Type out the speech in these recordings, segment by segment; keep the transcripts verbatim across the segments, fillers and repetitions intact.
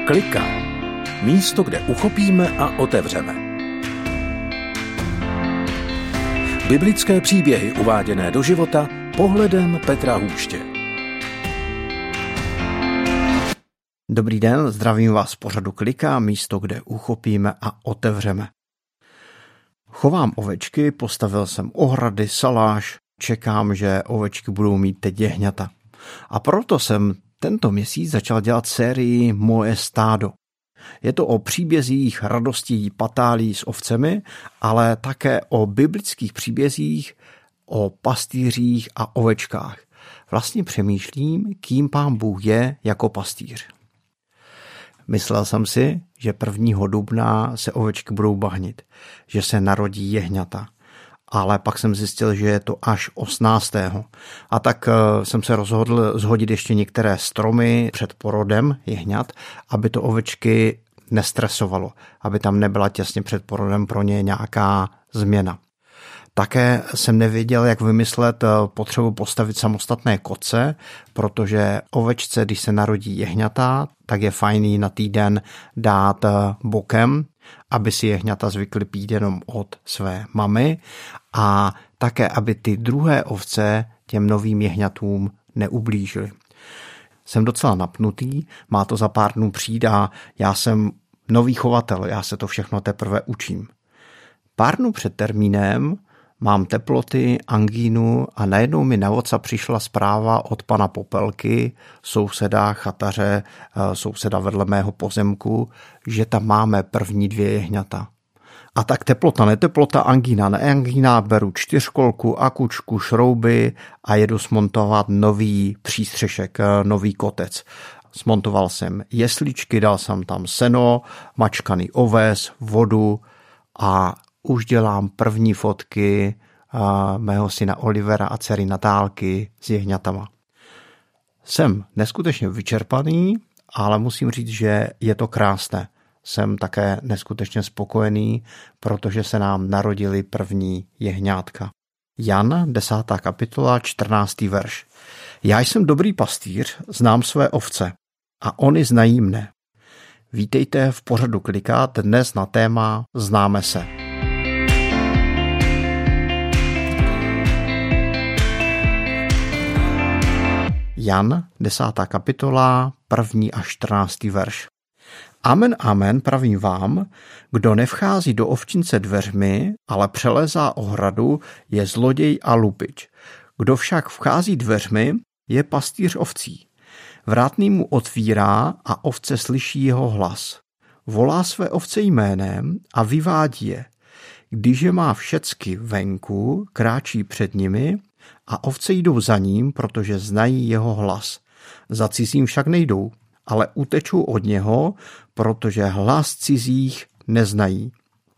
Klika. Místo, kde uchopíme a otevřeme. Biblické příběhy uváděné do života pohledem Petra Hůště. Dobrý den, zdravím vás z pořadu Klika, místo, kde uchopíme a otevřeme. Chovám ovečky, postavil jsem ohrady, saláž, čekám, že ovečky budou mít teď jehňata. A proto jsem tento měsíc začal dělat sérii Moje stádo. Je to o příbězích radostí patálí s ovcemi, ale také o biblických příbězích, o pastýřích a ovečkách. Vlastně přemýšlím, kým Pán Bůh je jako pastýř. Myslel jsem si, že prvního dubna se ovečky budou bahnit, že se narodí jehňata. Ale pak jsem zjistil, že je to až osmnáctého A tak jsem se rozhodl zhodit ještě některé stromy před porodem jehňat, aby to ovečky nestresovalo, aby tam nebyla těsně před porodem pro ně nějaká změna. Také jsem nevěděl, jak vymyslet potřebu postavit samostatné koce, protože ovečce, když se narodí jehňata, tak je fajný na týden dát bokem, aby si jehňata zvykly pít jenom od své mamy a také, aby ty druhé ovce těm novým jehňatům neublížily. Jsem docela napnutý, má to za pár dnů přijít a já jsem nový chovatel, já se to všechno teprve učím. Pár dnů před termínem mám teploty, angínu a najednou mi na WhatsApp přišla zpráva od pana Popelky, souseda, chataře, souseda vedle mého pozemku, že tam máme první dvě jehňata. A tak teplota, neteplota, angína, neangína, beru čtyřkolku, akučku, šrouby a jedu smontovat nový přístřešek, nový kotec. Smontoval jsem jesličky, dal jsem tam seno, mačkaný oves, vodu a už dělám první fotky uh, mého syna Olivera a dcery Natálky s jehňatama. Jsem neskutečně vyčerpaný, ale musím říct, že je to krásné. Jsem také neskutečně spokojený, protože se nám narodili první jehňátka. Jan, desátá kapitola, čtrnáctý verš. Já jsem dobrý pastýř, znám své ovce a oni znají mne. Vítejte v pořadu Klika, dnes na téma Známe se. Jan, desátá kapitola, první až čtrnáctý verš. Amen, amen, pravím vám, kdo nevchází do ovčince dveřmi, ale přelezá ohradu, je zloděj a lupič. Kdo však vchází dveřmi, je pastýř ovcí. Vrátný mu otvírá a ovce slyší jeho hlas. Volá své ovce jménem a vyvádí je. Když je má všecky venku, kráčí před nimi a ovce jdou za ním, protože znají jeho hlas. Za cizím však nejdou, ale utečou od něho, protože hlas cizích neznají.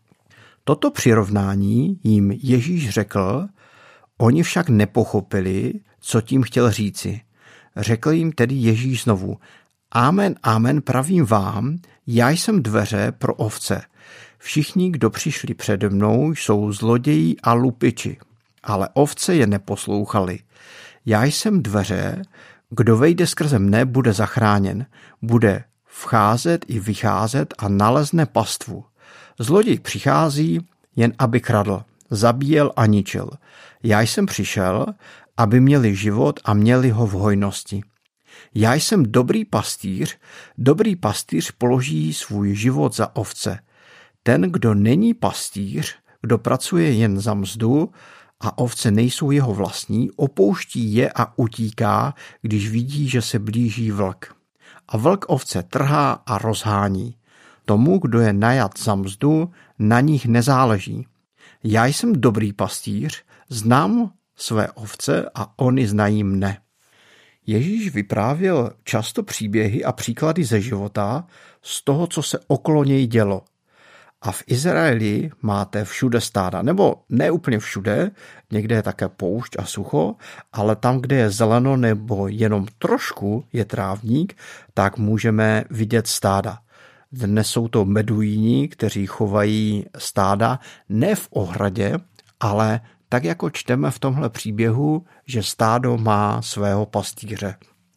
Toto přirovnání jim Ježíš řekl, oni však nepochopili, co tím chtěl říci. Řekl jim tedy Ježíš znovu, amen, amen, pravím vám, já jsem dveře pro ovce. Všichni, kdo přišli přede mnou, jsou zloději a lupiči, ale ovce je neposlouchali. Já jsem dveře, kdo vejde skrze mne, bude zachráněn, bude vcházet i vycházet a nalezne pastvu. Zloděj přichází, jen aby kradl, zabíjel a ničil. Já jsem přišel, aby měli život a měli ho v hojnosti. Já jsem dobrý pastýř, dobrý pastýř položí svůj život za ovce. Ten, kdo není pastýř, kdo pracuje jen za mzdu a ovce nejsou jeho vlastní, opouští je a utíká, když vidí, že se blíží vlk. A vlk ovce trhá a rozhání. Tomu, kdo je najat za mzdu, na nich nezáleží. Já jsem dobrý pastýř, znám své ovce a oni znají mne. Ježíš vyprávěl často příběhy a příklady ze života, z toho, co se okolo něj dělo. A v Izraeli máte všude stáda, nebo ne úplně všude, někde je také poušť a sucho, ale tam, kde je zeleno nebo jenom trošku je trávník, tak můžeme vidět stáda. Dnes jsou to beduíni, kteří chovají stáda ne v ohradě, ale tak jako čteme v tomhle příběhu, že stádo má svého pastýře.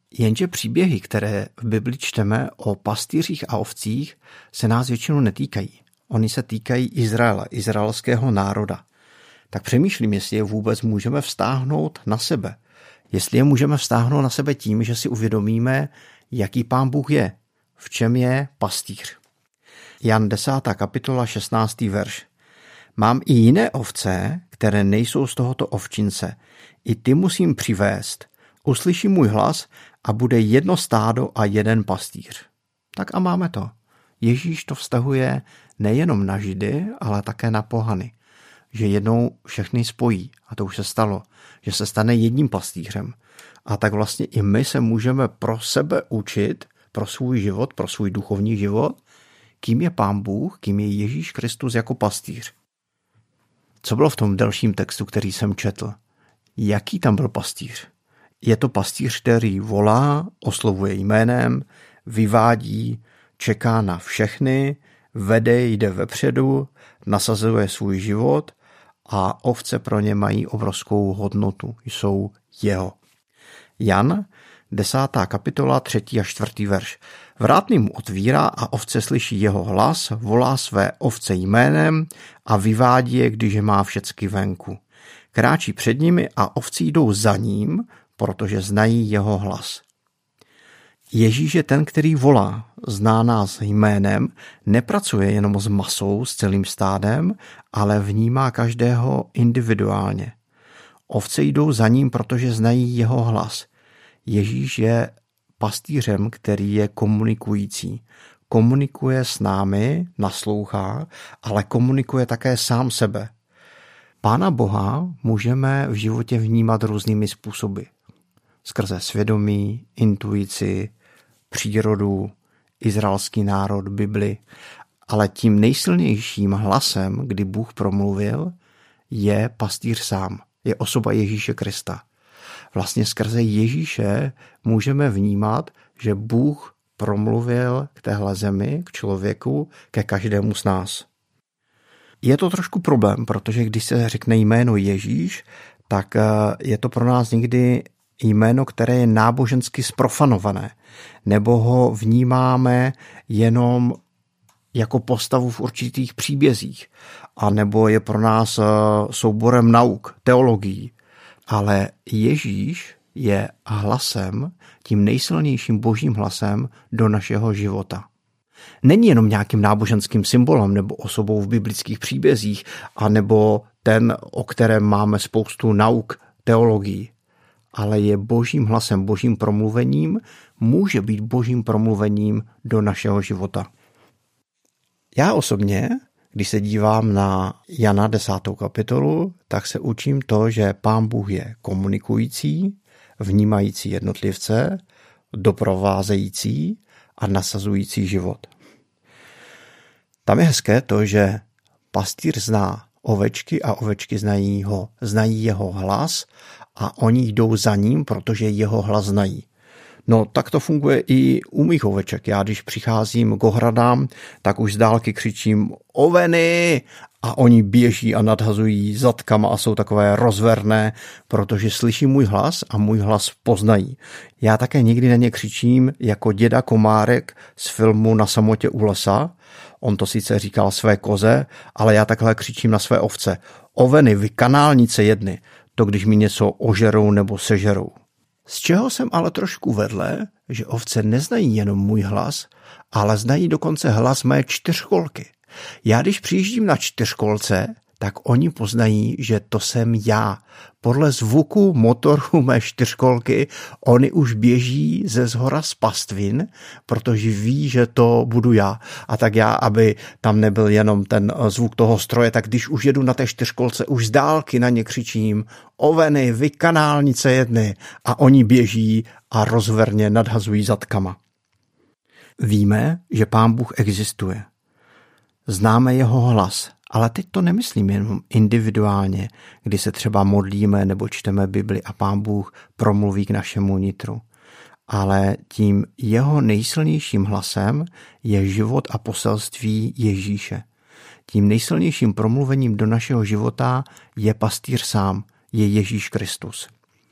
Jenže příběhy, které v Bibli čteme o pastýřích a ovcích, se nás většinou netýkají. Oni se týkají Izraele, izraelského národa. Tak přemýšlím, jestli je vůbec můžeme vztáhnout na sebe. Jestli je můžeme vztáhnout na sebe tím, že si uvědomíme, jaký Pán Bůh je, v čem je pastýř. Jan desátá kapitola šestnáctý verš. Mám i jiné ovce, které nejsou z tohoto ovčince. I ty musím přivést. Uslyší můj hlas a bude jedno stádo a jeden pastýř. Tak a máme to. Ježíš to vztahuje nejenom na Židy, ale také na pohany. Že jednou všechny spojí, a to už se stalo, že se stane jedním pastýřem. A tak vlastně i my se můžeme pro sebe učit, pro svůj život, pro svůj duchovní život, kým je Pán Bůh, kým je Ježíš Kristus jako pastýř. Co bylo v tom dalším textu, který jsem četl? Jaký tam byl pastýř? Je to pastýř, který volá, oslovuje jménem, vyvádí, čeká na všechny, vede, jde vepředu, nasazuje svůj život a ovce pro ně mají obrovskou hodnotu, jsou jeho. Jan, desátá kapitola, třetí a čtvrtý verš. Vrátný mu otvírá a ovce slyší jeho hlas, volá své ovce jménem a vyvádí je, když je má všecky venku. Kráčí před nimi a ovci jdou za ním, protože znají jeho hlas. Ježíš je ten, který volá, zná nás jménem, nepracuje jenom s masou, s celým stádem, ale vnímá každého individuálně. Ovce jdou za ním, protože znají jeho hlas. Ježíš je pastýřem, který je komunikující. Komunikuje s námi, naslouchá, ale komunikuje také sám sebe. Pána Boha můžeme v životě vnímat různými způsoby. Skrze svědomí, intuici, přírodu, izraelský národ, Bibli. Ale tím nejsilnějším hlasem, kdy Bůh promluvil, je pastýř sám. Je osoba Ježíše Krista. Vlastně skrze Ježíše můžeme vnímat, že Bůh promluvil k téhle zemi, k člověku, ke každému z nás. Je to trošku problém, protože když se řekne jméno Ježíš, tak je to pro nás někdy jméno, které je nábožensky zprofanované, nebo ho vnímáme jenom jako postavu v určitých příbězích, a nebo je pro nás souborem nauk, teologií. Ale Ježíš je hlasem, tím nejsilnějším božím hlasem do našeho života. Není jenom nějakým náboženským symbolem nebo osobou v biblických příbězích, anebo ten, o kterém máme spoustu nauk, teologií, ale je božím hlasem, božím promluvením, může být božím promluvením do našeho života. Já osobně, když se dívám na Jana desátou kapitolu, tak se učím to, že Pán Bůh je komunikující, vnímající jednotlivce, doprovázející a nasazující život. Tam je hezké to, že pastýř zná ovečky a ovečky znají ho, znají jeho hlas a oni jdou za ním, protože jeho hlas znají. No tak to funguje i u mých oveček. Já když přicházím k ohradám, tak už z dálky křičím oveny a oni běží a nadhazují zadkama a jsou takové rozverné, protože slyší můj hlas a můj hlas poznají. Já také někdy na ně křičím jako děda Komárek z filmu Na samotě u lesa. On to sice říkal své koze, ale já takhle křičím na své ovce. Oveny, vy kanálnice jedny, to když mi něco ožerou nebo sežerou. Z čeho jsem ale trošku vedle, že ovce neznají jenom můj hlas, ale znají dokonce hlas mé čtyřkolky. Já když přijíždím na čtyřkolce, tak oni poznají, že to jsem já. Podle zvuku motoru mé čtyřkolky oni už běží ze zhora z pastvin, protože ví, že to budu já. A tak já, aby tam nebyl jenom ten zvuk toho stroje, tak když už jedu na té čtyřkolce, už z dálky na ně křičím oveny, vy kanálnice jedny, a oni běží a rozverně nadhazují zadkama. Víme, že Pán Bůh existuje. Známe jeho hlas, ale teď to nemyslím jenom individuálně, kdy se třeba modlíme nebo čteme Bibli a Pán Bůh promluví k našemu nitru. Ale tím jeho nejsilnějším hlasem je život a poselství Ježíše. Tím nejsilnějším promluvením do našeho života je pastýř sám, je Ježíš Kristus.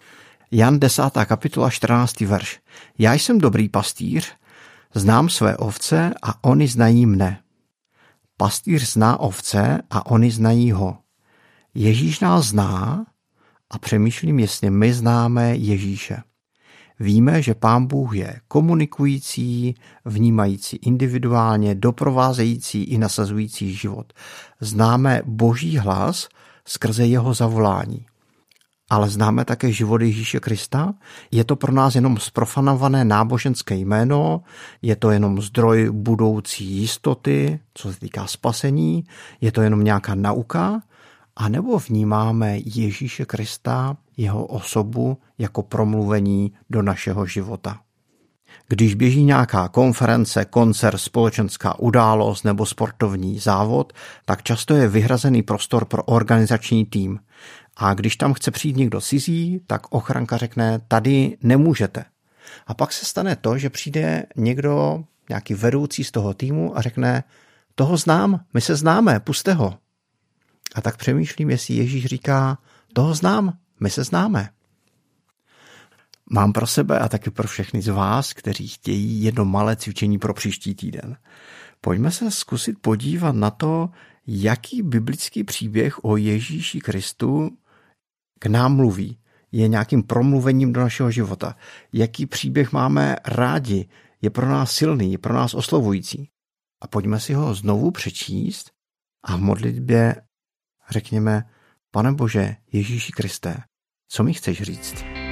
Jan desátá kapitola čtrnáctý verš. Já jsem dobrý pastýř, znám své ovce a oni znají mne. Pastýř zná ovce a oni znají ho. Ježíš nás zná a přemýšlím, jestli my známe Ježíše. Víme, že Pán Bůh je komunikující, vnímající individuálně, doprovázející i nasazující život. Známe Boží hlas skrze jeho zavolání. Ale známe také život Ježíše Krista? Je to pro nás jenom zprofanované náboženské jméno? Je to jenom zdroj budoucí jistoty, co se týká spasení? Je to jenom nějaká nauka? A nebo vnímáme Ježíše Krista, jeho osobu, jako promluvení do našeho života? Když běží nějaká konference, koncert, společenská událost nebo sportovní závod, tak často je vyhrazený prostor pro organizační tým. A když tam chce přijít někdo cizí, tak ochranka řekne, tady nemůžete. A pak se stane to, že přijde někdo, nějaký vedoucí z toho týmu a řekne, toho znám, my se známe, pusťte ho. A tak přemýšlím, jestli Ježíš říká, toho znám, my se známe. Mám pro sebe a taky pro všechny z vás, kteří chtějí jedno malé cvičení pro příští týden. Pojďme se zkusit podívat na to, jaký biblický příběh o Ježíši Kristu k nám mluví. Je nějakým promluvením do našeho života. Jaký příběh máme rádi, je pro nás silný, je pro nás oslovující. A pojďme si ho znovu přečíst a v modlitbě řekněme, Pane Bože, Ježíši Kriste, co mi chceš říct?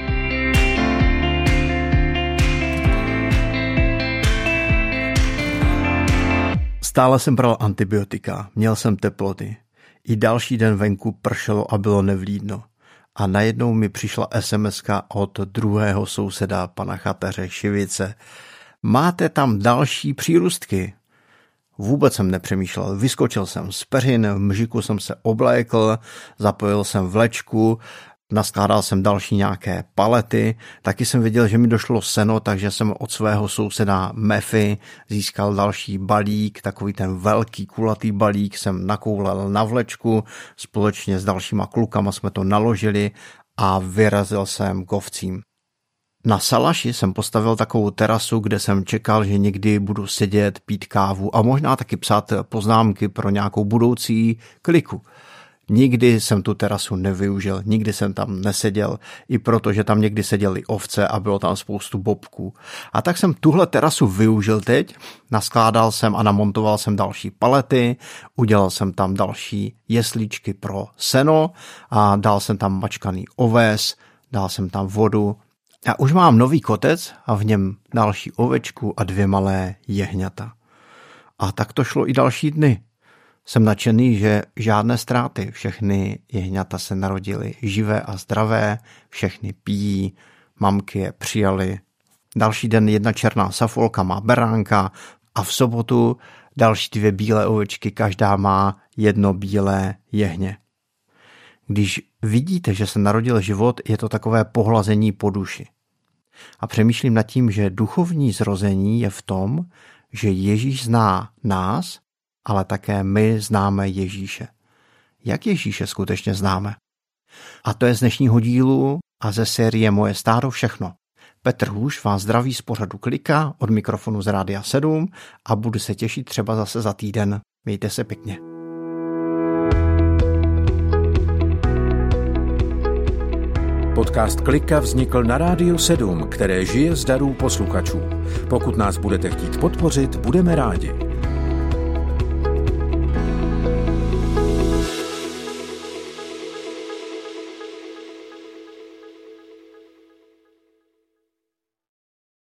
Stále jsem bral antibiotika, měl jsem teploty. I další den venku pršelo a bylo nevlídno. A najednou mi přišla es em eska od druhého souseda, pana chateře Šivice. Máte tam další přírůstky? Vůbec jsem nepřemýšlel, vyskočil jsem z peřin, v mžiku jsem se oblékl, zapojil jsem vlečku, naskládal jsem další nějaké palety, taky jsem viděl, že mi došlo seno, takže jsem od svého souseda Mefy získal další balík, takový ten velký kulatý balík jsem nakoulel na vlečku, společně s dalšíma klukama jsme to naložili a vyrazil jsem k ovcím. Na Salaši jsem postavil takovou terasu, kde jsem čekal, že někdy budu sedět, pít kávu a možná taky psát poznámky pro nějakou budoucí kliku. Nikdy jsem tu terasu nevyužil, nikdy jsem tam neseděl, i proto, že tam někdy seděly ovce a bylo tam spoustu bobků. A tak jsem tuhle terasu využil teď, naskládal jsem a namontoval jsem další palety, udělal jsem tam další jesličky pro seno a dal jsem tam mačkaný oves, dal jsem tam vodu. A už mám nový kotec a v něm další ovečku a dvě malé jehňata. A tak to šlo i další dny. Jsem nadšený, že žádné ztráty, všechny jehňata se narodily živé a zdravé, všechny pijí, mamky je přijaly. Další den jedna černá safolka má beránka a v sobotu další dvě bílé ovečky, každá má jedno bílé jehně. Když vidíte, že se narodil život, je to takové pohlazení po duši. A přemýšlím nad tím, že duchovní zrození je v tom, že Ježíš zná nás, ale také my známe Ježíše. Jak Ježíše skutečně známe? A to je z dnešního dílu a ze série Moje stádo všechno. Petr Hůš vás zdraví z pořadu Klika od mikrofonu z Rádia sedm a budu se těšit třeba zase za týden. Mějte se pěkně. Podcast Klika vznikl na Rádiu sedm, které žije z darů posluchačů. Pokud nás budete chtít podpořit, budeme rádi.